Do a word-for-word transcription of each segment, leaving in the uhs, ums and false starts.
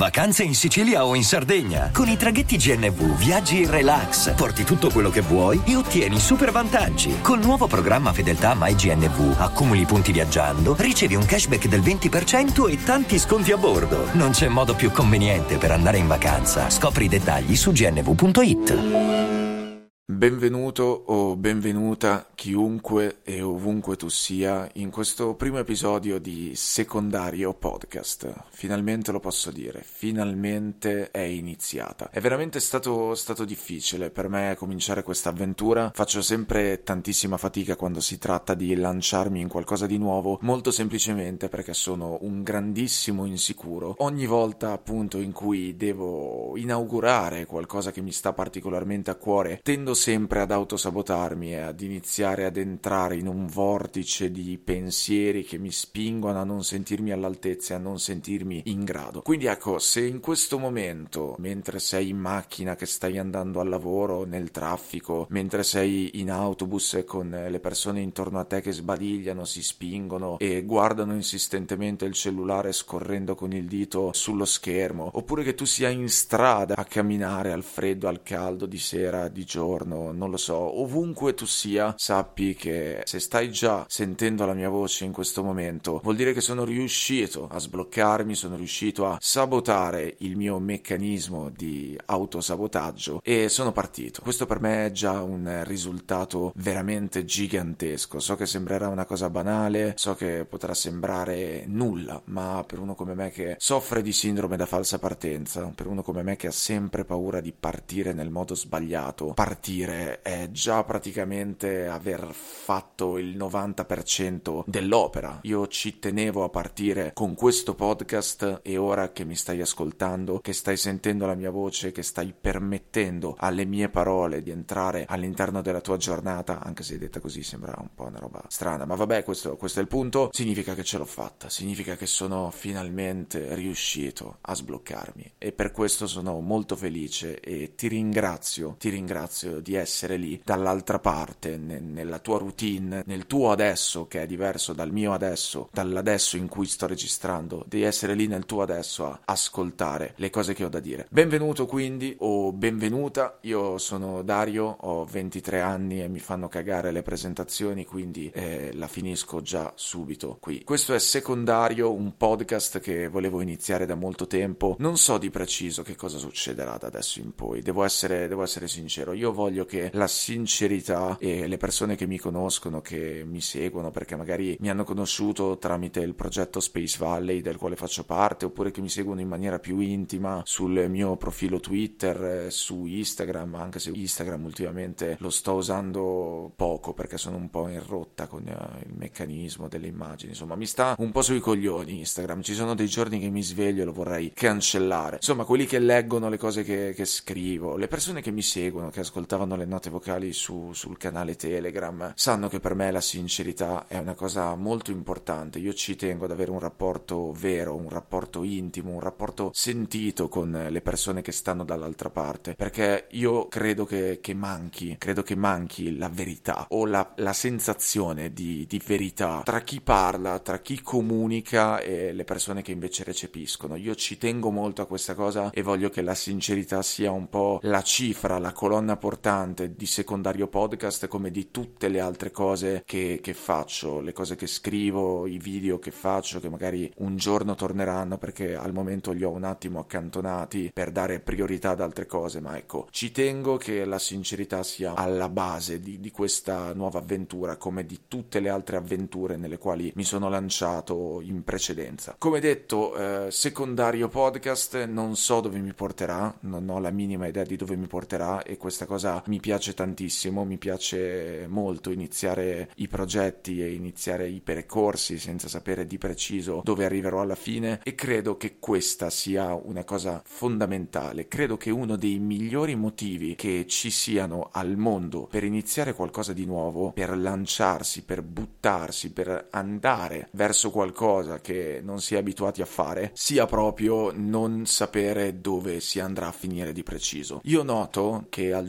Vacanze in Sicilia o in Sardegna. Con i traghetti G N V viaggi in relax, porti tutto quello che vuoi e ottieni super vantaggi. Col nuovo programma Fedeltà MyGNV accumuli punti viaggiando, ricevi un cashback del venti per cento e tanti sconti a bordo. Non c'è modo più conveniente per andare in vacanza. Scopri i dettagli su g n v punto i t. Benvenuto o benvenuta chiunque e ovunque tu sia in questo primo episodio di Secondario Podcast. Finalmente lo posso dire, finalmente è iniziata. È veramente stato, stato difficile per me cominciare questa avventura. Faccio sempre tantissima fatica quando si tratta di lanciarmi in qualcosa di nuovo, molto semplicemente perché sono un grandissimo insicuro. Ogni volta appunto in cui devo inaugurare qualcosa che mi sta particolarmente a cuore, tendo sempre ad autosabotarmi e ad iniziare ad entrare in un vortice di pensieri che mi spingono a non sentirmi all'altezza e a non sentirmi in grado. Quindi ecco, se in questo momento, mentre sei in macchina che stai andando al lavoro, nel traffico, mentre sei in autobus e con le persone intorno a te che sbadigliano, si spingono e guardano insistentemente il cellulare scorrendo con il dito sullo schermo, oppure che tu sia in strada a camminare al freddo, al caldo, di sera, di giorno, non lo so, ovunque tu sia, sappi che se stai già sentendo la mia voce in questo momento, vuol dire che sono riuscito a sbloccarmi, sono riuscito a sabotare il mio meccanismo di autosabotaggio e sono partito. Questo per me è già un risultato veramente gigantesco. So che sembrerà una cosa banale, so che potrà sembrare nulla, ma per uno come me che soffre di sindrome da falsa partenza, per uno come me che ha sempre paura di partire nel modo sbagliato, partire è già praticamente aver fatto il novanta per cento dell'opera. Io ci tenevo a partire con questo podcast e ora che mi stai ascoltando, che stai sentendo la mia voce, che stai permettendo alle mie parole di entrare all'interno della tua giornata, anche se detta così sembra un po' una roba strana, ma vabbè, questo, questo è il punto, significa che ce l'ho fatta, significa che sono finalmente riuscito a sbloccarmi e per questo sono molto felice e ti ringrazio, ti ringrazio di essere lì dall'altra parte, ne- nella tua routine, nel tuo adesso che è diverso dal mio adesso, dall'adesso in cui sto registrando, di essere lì nel tuo adesso a ascoltare le cose che ho da dire. Benvenuto quindi o benvenuta, io sono Dario, ho ventitré anni e mi fanno cagare le presentazioni, quindi eh, la finisco già subito qui. Questo è Secondario, un podcast che volevo iniziare da molto tempo. Non so di preciso che cosa succederà da adesso in poi, devo essere, devo essere sincero, io voglio che la sincerità e le persone che mi conoscono, che mi seguono perché magari mi hanno conosciuto tramite il progetto Space Valley del quale faccio parte, oppure che mi seguono in maniera più intima sul mio profilo Twitter, su Instagram, anche se Instagram ultimamente lo sto usando poco perché sono un po' in rotta con il meccanismo delle immagini, insomma mi sta un po' sui coglioni Instagram, ci sono dei giorni che mi sveglio e lo vorrei cancellare. Insomma, quelli che leggono le cose che, che scrivo, le persone che mi seguono, che ascoltavano le note vocali su, sul canale Telegram, sanno che per me la sincerità è una cosa molto importante. Io ci tengo ad avere un rapporto vero, un rapporto intimo, un rapporto sentito con le persone che stanno dall'altra parte, perché io credo che, che manchi, credo che manchi la verità o la, la sensazione di, di verità tra chi parla, tra chi comunica e le persone che invece recepiscono. Io ci tengo molto a questa cosa e voglio che la sincerità sia un po' la cifra, la colonna portante di Secondario Podcast, come di tutte le altre cose che, che faccio, le cose che scrivo, i video che faccio, che magari un giorno torneranno perché al momento li ho un attimo accantonati per dare priorità ad altre cose, ma ecco, ci tengo che la sincerità sia alla base di, di questa nuova avventura, come di tutte le altre avventure nelle quali mi sono lanciato in precedenza. Come detto, eh, Secondario Podcast non so dove mi porterà, non ho la minima idea di dove mi porterà e questa cosa mi piace tantissimo, mi piace molto iniziare i progetti e iniziare i percorsi senza sapere di preciso dove arriverò alla fine e credo che questa sia una cosa fondamentale. Credo che uno dei migliori motivi che ci siano al mondo per iniziare qualcosa di nuovo, per lanciarsi, per buttarsi, per andare verso qualcosa che non si è abituati a fare, sia proprio non sapere dove si andrà a finire di preciso. Io noto che al giorno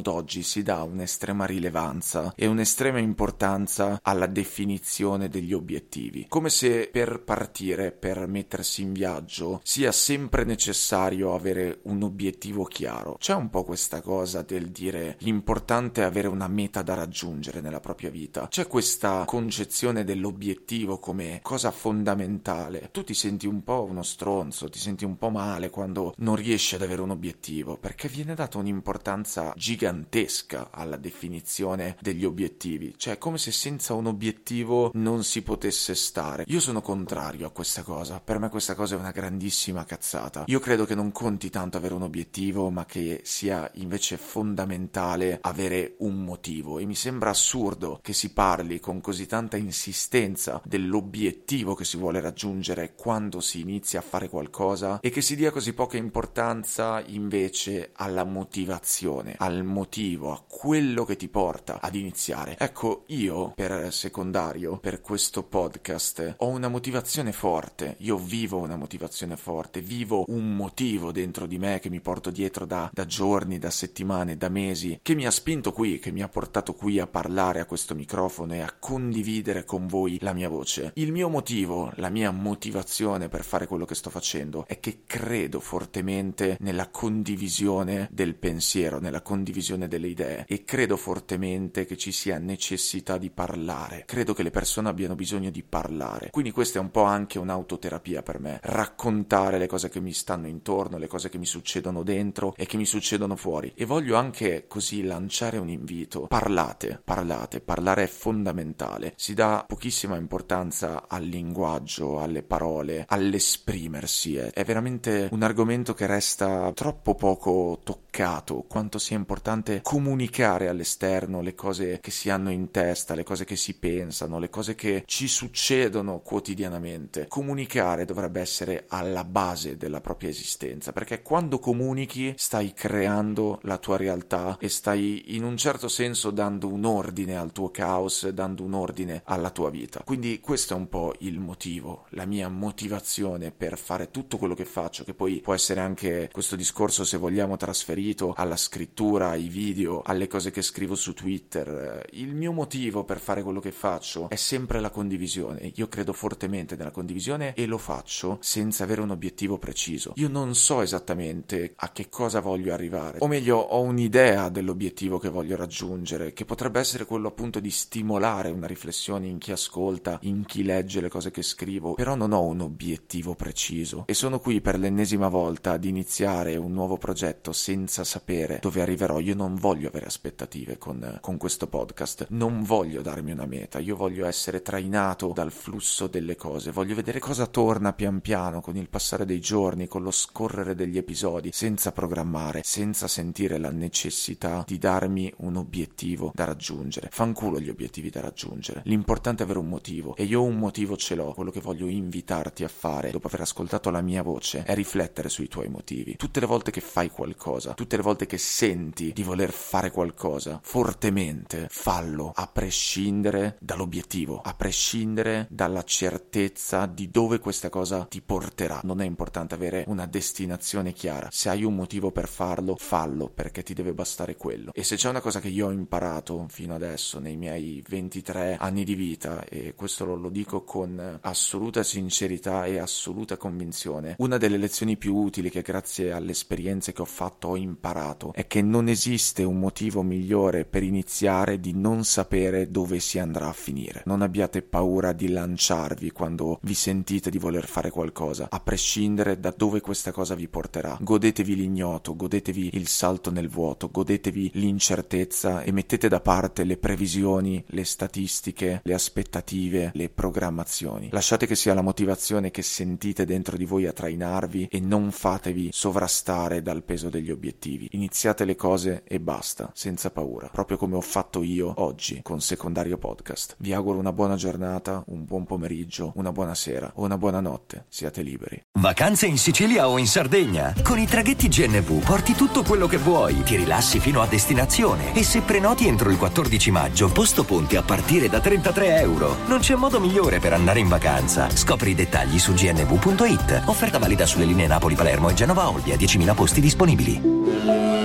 d'oggi si dà un'estrema rilevanza e un'estrema importanza alla definizione degli obiettivi, come se per partire, per mettersi in viaggio, sia sempre necessario avere un obiettivo chiaro. C'è un po' questa cosa del dire l'importante è avere una meta da raggiungere nella propria vita. C'è questa concezione dell'obiettivo come cosa fondamentale. Tu ti senti un po' uno stronzo, ti senti un po' male quando non riesci ad avere un obiettivo, perché viene data un'importanza gigantesca alla definizione degli obiettivi. Cioè, è come se senza un obiettivo non si potesse stare. Io sono contrario a questa cosa. Per me questa cosa è una grandissima cazzata. Io credo che non conti tanto avere un obiettivo, ma che sia invece fondamentale avere un motivo. E mi sembra assurdo che si parli con così tanta insistenza dell'obiettivo che si vuole raggiungere quando si inizia a fare qualcosa e che si dia così poca importanza invece alla motivazione, al motivo, a quello che ti porta ad iniziare. Ecco, io per Secondario, per questo podcast, ho una motivazione forte. Io vivo una motivazione forte, vivo un motivo dentro di me che mi porto dietro da, da giorni, da settimane, da mesi, che mi ha spinto qui, che mi ha portato qui a parlare a questo microfono e a condividere con voi la mia voce. Il mio motivo, la mia motivazione per fare quello che sto facendo è che credo fortemente nella condivisione del pensiero, nella condivisione delle idee, e credo fortemente che ci sia necessità di parlare. Credo che le persone abbiano bisogno di parlare. Quindi questa è un po' anche un'autoterapia per me, raccontare le cose che mi stanno intorno, le cose che mi succedono dentro e che mi succedono fuori. E voglio anche così lanciare un invito: parlate, parlate, parlare è fondamentale. Si dà pochissima importanza al linguaggio, alle parole, all'esprimersi. È veramente un argomento che resta troppo poco toccato, quanto sia importante comunicare all'esterno le cose che si hanno in testa, le cose che si pensano, le cose che ci succedono quotidianamente. Comunicare dovrebbe essere alla base della propria esistenza, perché quando comunichi stai creando la tua realtà e stai in un certo senso dando un ordine al tuo caos, dando un ordine alla tua vita. Quindi questo è un po' il motivo, la mia motivazione per fare tutto quello che faccio, che poi può essere anche questo discorso, se vogliamo, trasferito alla scrittura, ai video, alle cose che scrivo su Twitter. Il mio motivo per fare quello che faccio è sempre la condivisione. Io credo fortemente nella condivisione e lo faccio senza avere un obiettivo preciso. Io non so esattamente a che cosa voglio arrivare, o meglio, ho un'idea dell'obiettivo che voglio raggiungere, che potrebbe essere quello appunto di stimolare una riflessione in chi ascolta, in chi legge le cose che scrivo, però non ho un obiettivo preciso e sono qui per l'ennesima volta ad iniziare un nuovo progetto senza sapere dove arriverò. Io non voglio avere aspettative con, con questo podcast, non voglio darmi una meta, io voglio essere trainato dal flusso delle cose, voglio vedere cosa torna pian piano con il passare dei giorni, con lo scorrere degli episodi, senza programmare, senza sentire la necessità di darmi un obiettivo da raggiungere. Fanculo gli obiettivi da raggiungere, l'importante è avere un motivo, e io un motivo ce l'ho. Quello che voglio invitarti a fare dopo aver ascoltato la mia voce è riflettere sui tuoi motivi. Tutte le volte che fai qualcosa, tutte le volte che senti di voler fare qualcosa fortemente, fallo a prescindere dall'obiettivo, a prescindere dalla certezza di dove questa cosa ti porterà. Non è importante avere una destinazione chiara. Se hai un motivo per farlo, fallo, perché ti deve bastare quello. E se c'è una cosa che io ho imparato fino adesso nei miei ventitré anni di vita, e questo lo, lo dico con assoluta sincerità e assoluta convinzione, una delle lezioni più utili che grazie alle esperienze che ho fatto ho imparato è che non esiste un motivo migliore per iniziare di non sapere dove si andrà a finire. Non abbiate paura di lanciarvi quando vi sentite di voler fare qualcosa, a prescindere da dove questa cosa vi porterà. Godetevi l'ignoto, godetevi il salto nel vuoto, godetevi l'incertezza e mettete da parte le previsioni, le statistiche, le aspettative, le programmazioni. Lasciate che sia la motivazione che sentite dentro di voi a trainarvi e non fatevi sovrastare dal peso degli obiettivi. Iniziate le cose e basta, senza paura, proprio come ho fatto io oggi con Secondario Podcast. Vi auguro una buona giornata, un buon pomeriggio, una buona sera o una buona notte. Siate liberi. Vacanze in Sicilia o in Sardegna. Con i traghetti G N V porti tutto quello che vuoi, ti rilassi fino a destinazione e se prenoti entro il quattordici maggio, posto ponti a partire da trentatré euro. Non c'è modo migliore per andare in vacanza. Scopri i dettagli su g n v punto i t. Offerta valida sulle linee Napoli-Palermo e Genova-Olbia, diecimila posti disponibili.